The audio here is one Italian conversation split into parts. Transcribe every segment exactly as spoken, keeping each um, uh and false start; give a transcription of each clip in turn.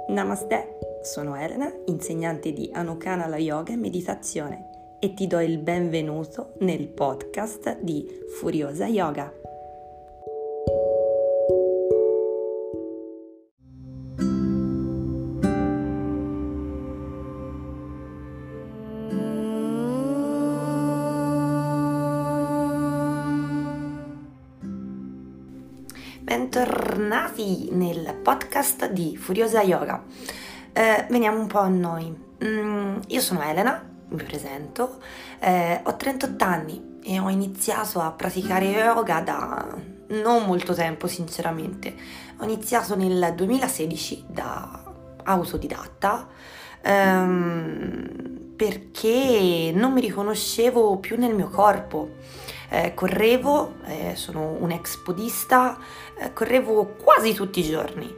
Namaste, sono Elena, insegnante di Anukanala Yoga e Meditazione e ti do il benvenuto nel podcast di Furiosa Yoga. Bentornati nel podcast di Furiosa Yoga. Eh, veniamo un po' a noi. Mm, io sono Elena, mi presento, eh, ho trentotto anni e ho iniziato a praticare yoga da non molto tempo, sinceramente. Ho iniziato nel duemilasedici da autodidatta ehm, perché non mi riconoscevo più nel mio corpo. Eh, correvo, eh, sono un ex podista, eh, correvo quasi tutti i giorni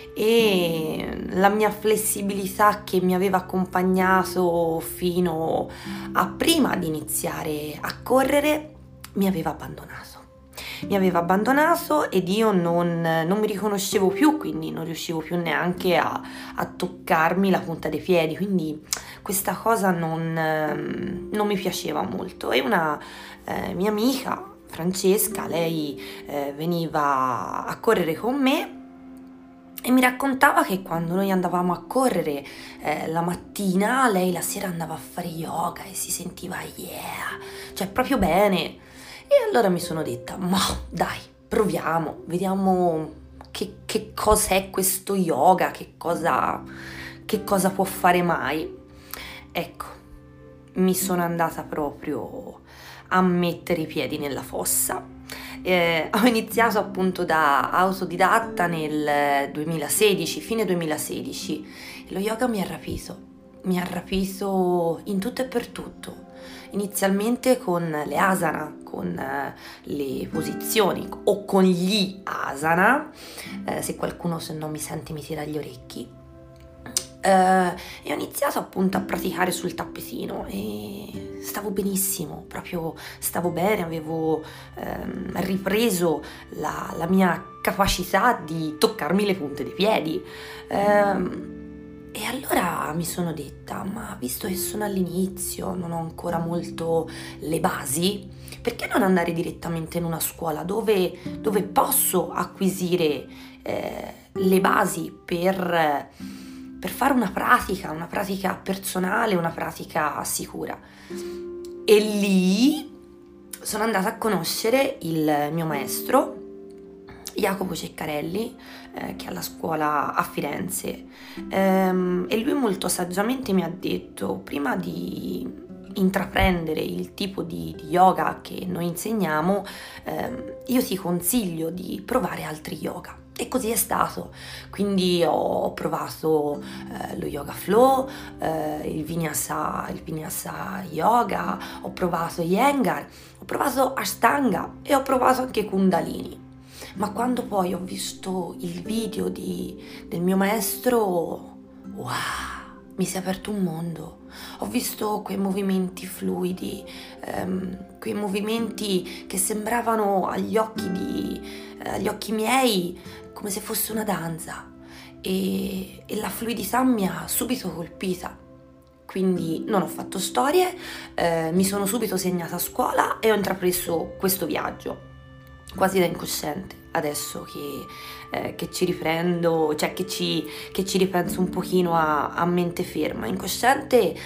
e la mia flessibilità che mi aveva accompagnato fino a prima di iniziare a correre mi aveva abbandonato. Mi aveva abbandonato ed io non, non mi riconoscevo più, quindi non riuscivo più neanche a, a toccarmi la punta dei piedi, quindi questa cosa non, non mi piaceva molto. E una eh, mia amica, Francesca, lei eh, veniva a correre con me e mi raccontava che quando noi andavamo a correre eh, la mattina, lei la sera andava a fare yoga e si sentiva yeah, cioè proprio bene. E allora mi sono detta, ma dai, proviamo, vediamo che, che cos'è questo yoga, che cosa, che cosa può fare mai. Ecco, mi sono andata proprio a mettere i piedi nella fossa. Eh, ho iniziato appunto da autodidatta nel duemilasedici, fine duemilasedici. Lo yoga mi ha rapito, mi ha rapito in tutto e per tutto. Inizialmente con le asana, con eh, le posizioni o con gli asana, eh, se qualcuno se non mi sente mi tira gli orecchi. Uh, e ho iniziato appunto a praticare sul tappetino e stavo benissimo, proprio stavo bene, avevo um, ripreso la, la mia capacità di toccarmi le punte dei piedi. Um, e allora mi sono detta, ma visto che sono all'inizio, non ho ancora molto le basi, perché non andare direttamente in una scuola dove, dove posso acquisire eh, le basi per... per fare una pratica, una pratica personale, una pratica sicura. E lì sono andata a conoscere il mio maestro, Jacopo Ceccarelli, eh, che è alla scuola a Firenze. Ehm, e lui molto saggiamente mi ha detto, prima di intraprendere il tipo di, di yoga che noi insegniamo, ehm, io ti consiglio di provare altri yoga. E così è stato, quindi ho provato eh, lo yoga flow, eh, il vinyasa, il vinyasa yoga, ho provato Iyengar, ho provato Ashtanga e ho provato anche Kundalini. Ma quando poi ho visto il video di, del mio maestro, wow, mi si è aperto un mondo. Ho visto quei movimenti fluidi, ehm, quei movimenti che sembravano agli occhi, di, eh, agli occhi miei come se fosse una danza e, e la fluidità mi ha subito colpita. Quindi non ho fatto storie, eh, mi sono subito segnata a scuola e ho intrapreso questo viaggio quasi da incosciente. Adesso che, eh, che ci riprendo, cioè che ci, che ci ripenso un pochino a, a mente ferma, incosciente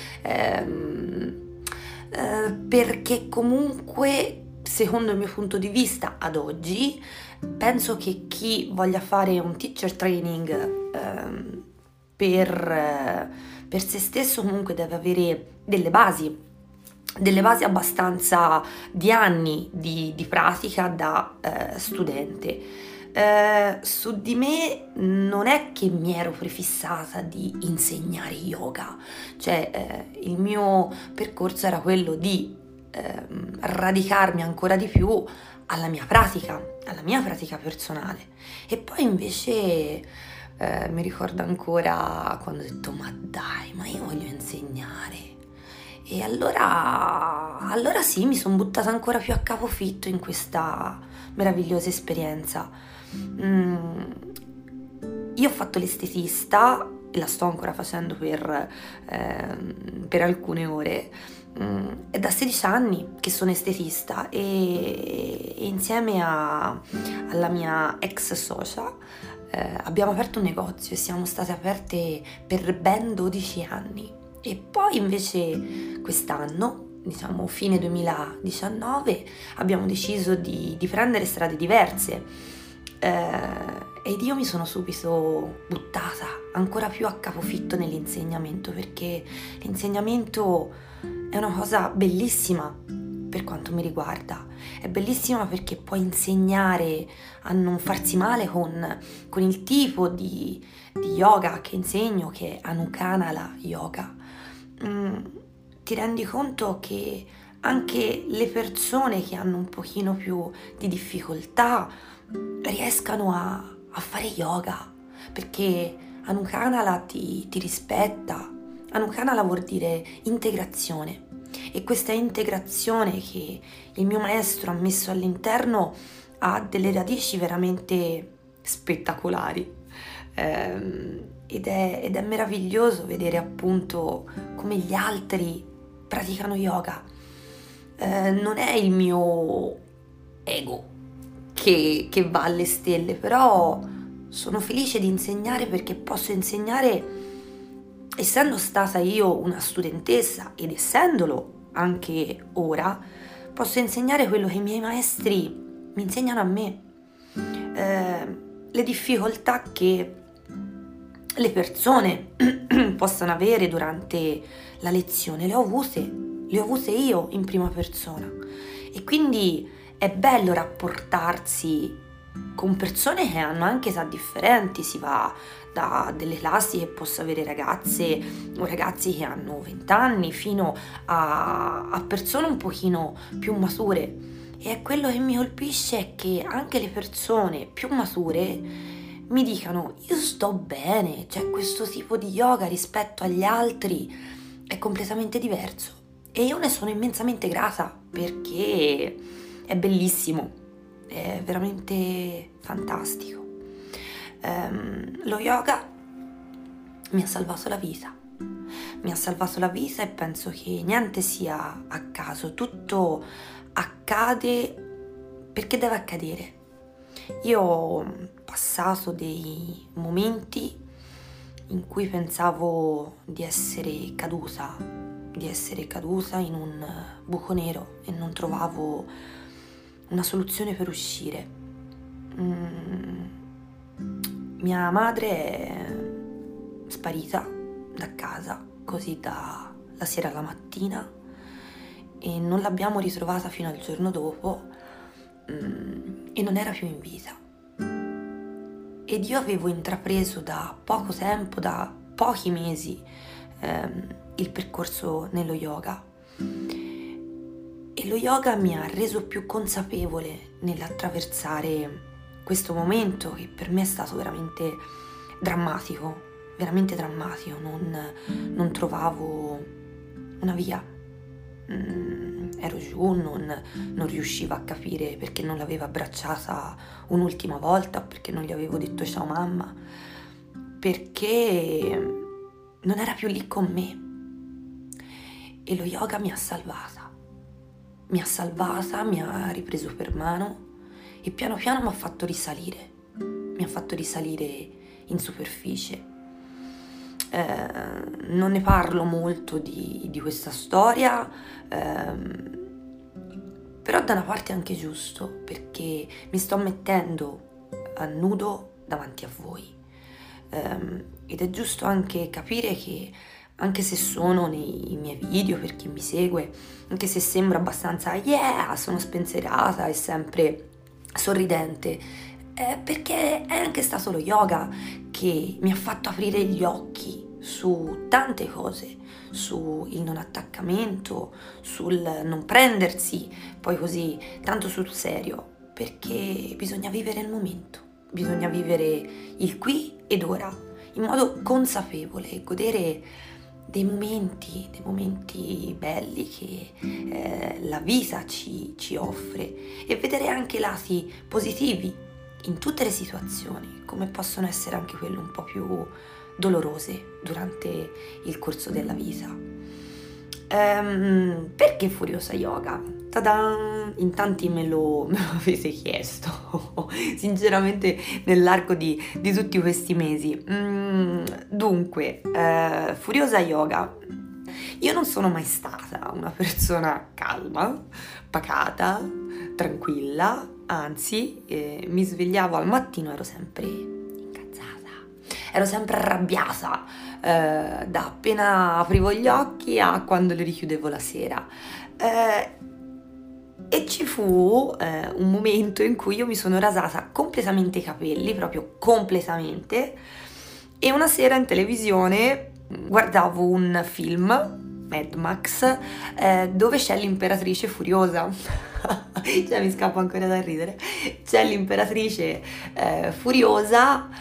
ehm, eh, perché comunque secondo il mio punto di vista ad oggi penso che chi voglia fare un teacher training ehm, per, eh, per se stesso comunque deve avere delle basi delle basi abbastanza di anni di, di pratica da eh, studente. Eh, su di me non è che mi ero prefissata di insegnare yoga, cioè eh, il mio percorso era quello di eh, radicarmi ancora di più alla mia pratica, alla mia pratica personale. E poi invece eh, mi ricordo ancora quando ho detto ma dai, ma io voglio insegnare. E allora, allora sì, mi sono buttata ancora più a capofitto in questa meravigliosa esperienza. Mm, io ho fatto l'estetista e la sto ancora facendo per, eh, per alcune ore. Mm, è da sedici anni che sono estetista e, e insieme a, alla mia ex socia eh, abbiamo aperto un negozio e siamo state aperte per ben dodici anni. E poi invece quest'anno, diciamo fine duemiladiciannove, abbiamo deciso di, di prendere strade diverse eh, ed io mi sono subito buttata ancora più a capofitto nell'insegnamento, perché l'insegnamento è una cosa bellissima per quanto mi riguarda, è bellissima perché puoi insegnare a non farsi male con, con il tipo di, di yoga che insegno, che è Anukanala Yoga. Mm, ti rendi conto che anche le persone che hanno un pochino più di difficoltà riescano a, a fare yoga, perché Anukanala ti, ti rispetta. Anukanala vuol dire integrazione, e questa integrazione che il mio maestro ha messo all'interno ha delle radici veramente spettacolari. Ehm, ed, è, ed è meraviglioso vedere appunto come gli altri praticano yoga. Eh, non è il mio ego che, che va alle stelle, però sono felice di insegnare perché posso insegnare, essendo stata io una studentessa ed essendolo anche ora, posso insegnare quello che i miei maestri mi insegnano a me. Eh, le difficoltà che le persone possano avere durante la lezione le ho avute, le ho avute io in prima persona, e quindi è bello rapportarsi con persone che hanno anche età differenti. Si va da delle classi che posso avere ragazze o ragazzi che hanno venti anni fino a, a persone un pochino più mature, e è quello che mi colpisce, è che anche le persone più mature mi dicano: io sto bene, cioè questo tipo di yoga rispetto agli altri è completamente diverso, e io ne sono immensamente grata perché è bellissimo, è veramente fantastico. Um, lo yoga mi ha salvato la vita, mi ha salvato la vita, e penso che niente sia a caso, tutto accade perché deve accadere. Io ho passato dei momenti in cui pensavo di essere caduta, di essere caduta in un buco nero e non trovavo una soluzione per uscire. Mm, mia madre è sparita da casa così dalla sera alla mattina e non l'abbiamo ritrovata fino al giorno dopo, mm, e non era più in vita. Ed io avevo intrapreso da poco tempo, da pochi mesi, ehm, il percorso nello yoga, e lo yoga mi ha reso più consapevole nell'attraversare questo momento che per me è stato veramente drammatico, veramente drammatico. Non, non trovavo una via, mm, ero giù, non, non riuscivo a capire perché non l'avevo abbracciata un'ultima volta, perché non gli avevo detto ciao mamma, perché non era più lì con me. E lo yoga mi ha salvata, mi ha salvata, mi ha ripreso per mano e piano piano mi ha fatto risalire, mi ha fatto risalire in superficie. Eh, non ne parlo molto di, di questa storia, ehm, però da una parte è anche giusto, perché mi sto mettendo a nudo davanti a voi, ehm, ed è giusto anche capire che anche se sono nei miei video, per chi mi segue, anche se sembra abbastanza yeah, sono spensierata e sempre sorridente, eh, perché è anche stato lo yoga che mi ha fatto aprire gli occhi su tante cose, sul non attaccamento, sul non prendersi poi così tanto sul serio, perché bisogna vivere il momento, bisogna vivere il qui ed ora in modo consapevole e godere dei momenti, dei momenti belli che eh, la vita ci, ci offre, e vedere anche i lati positivi in tutte le situazioni, come possono essere anche quelli un po' più dolorose durante il corso della vita. Ehm, perché Furiosa Yoga? Ta-da! In tanti me lo, me lo avete chiesto, sinceramente nell'arco di, di tutti questi mesi. Mm, dunque, eh, Furiosa Yoga. Io non sono mai stata una persona calma, pacata, tranquilla, anzi, eh, mi svegliavo al mattino, ero sempre incazzata, ero sempre arrabbiata, eh, da appena aprivo gli occhi a quando li richiudevo la sera. Eh, e ci fu eh, un momento in cui io mi sono rasata completamente i capelli, proprio completamente, e una sera in televisione guardavo un film, Mad Max, eh, dove c'è l'imperatrice furiosa. Cioè mi scappo ancora da ridere. C'è l'imperatrice eh, furiosa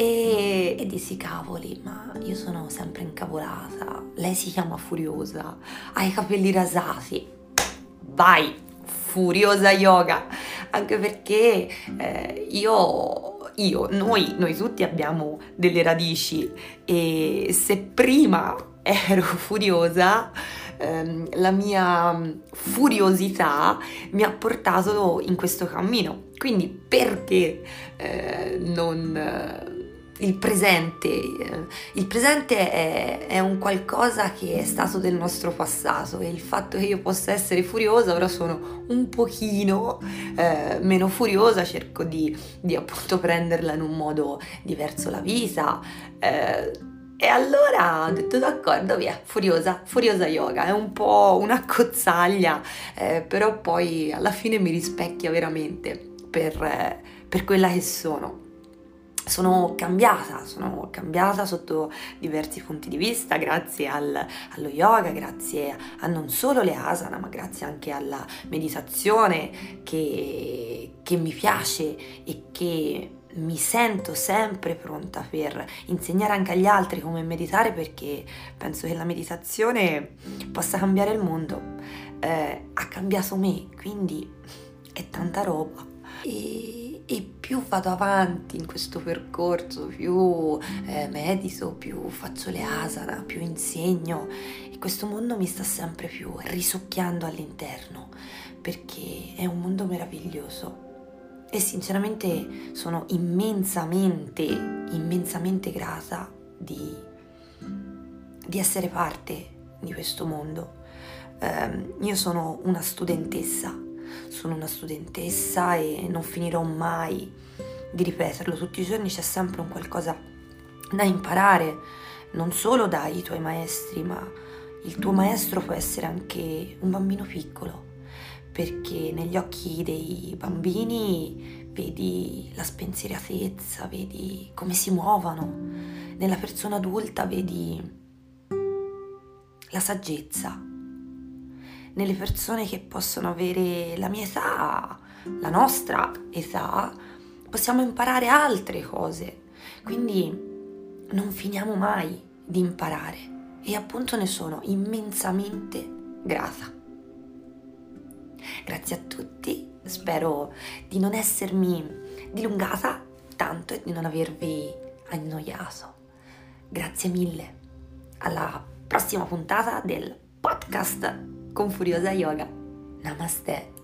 e, e dissi cavoli, ma io sono sempre incavolata, lei si chiama Furiosa, ha i capelli rasati, vai, Furiosa Yoga. Anche perché eh, io, io noi, noi tutti abbiamo delle radici, e se prima ero furiosa, ehm, la mia furiosità mi ha portato in questo cammino. Quindi perché eh, non... Eh, il presente, eh, il presente è, è un qualcosa che è stato del nostro passato, e il fatto che io possa essere furiosa, ora sono un pochino eh, meno furiosa, cerco di, di appunto prenderla in un modo diverso la vita, eh, e allora ho detto d'accordo, via, Furiosa, Furiosa Yoga, è un po' una cozzaglia, eh, però poi alla fine mi rispecchia veramente per, eh, per quella che sono. Sono cambiata, sono cambiata sotto diversi punti di vista, grazie al, allo yoga, grazie a non solo le asana, ma grazie anche alla meditazione che, che mi piace e che mi sento sempre pronta per insegnare anche agli altri come meditare, perché penso che la meditazione possa cambiare il mondo. Eh, ha cambiato me, quindi è tanta roba. E, e più vado avanti in questo percorso, più eh, medito, più faccio le asana, più insegno, e questo mondo mi sta sempre più risucchiando all'interno, perché è un mondo meraviglioso. E sinceramente sono immensamente, immensamente grata di, di essere parte di questo mondo. Um, io sono una studentessa, sono una studentessa e non finirò mai di ripeterlo. Tutti i giorni c'è sempre un qualcosa da imparare, non solo dai tuoi maestri, ma il tuo maestro può essere anche un bambino piccolo, perché negli occhi dei bambini vedi la spensieratezza, vedi come si muovono, nella persona adulta vedi la saggezza, nelle persone che possono avere la mia età, la nostra età, possiamo imparare altre cose, quindi non finiamo mai di imparare, e appunto ne sono immensamente grata. Grazie a tutti, spero di non essermi dilungata tanto e di non avervi annoiato. Grazie mille, alla prossima puntata del podcast con Furiosa Yoga. Namaste.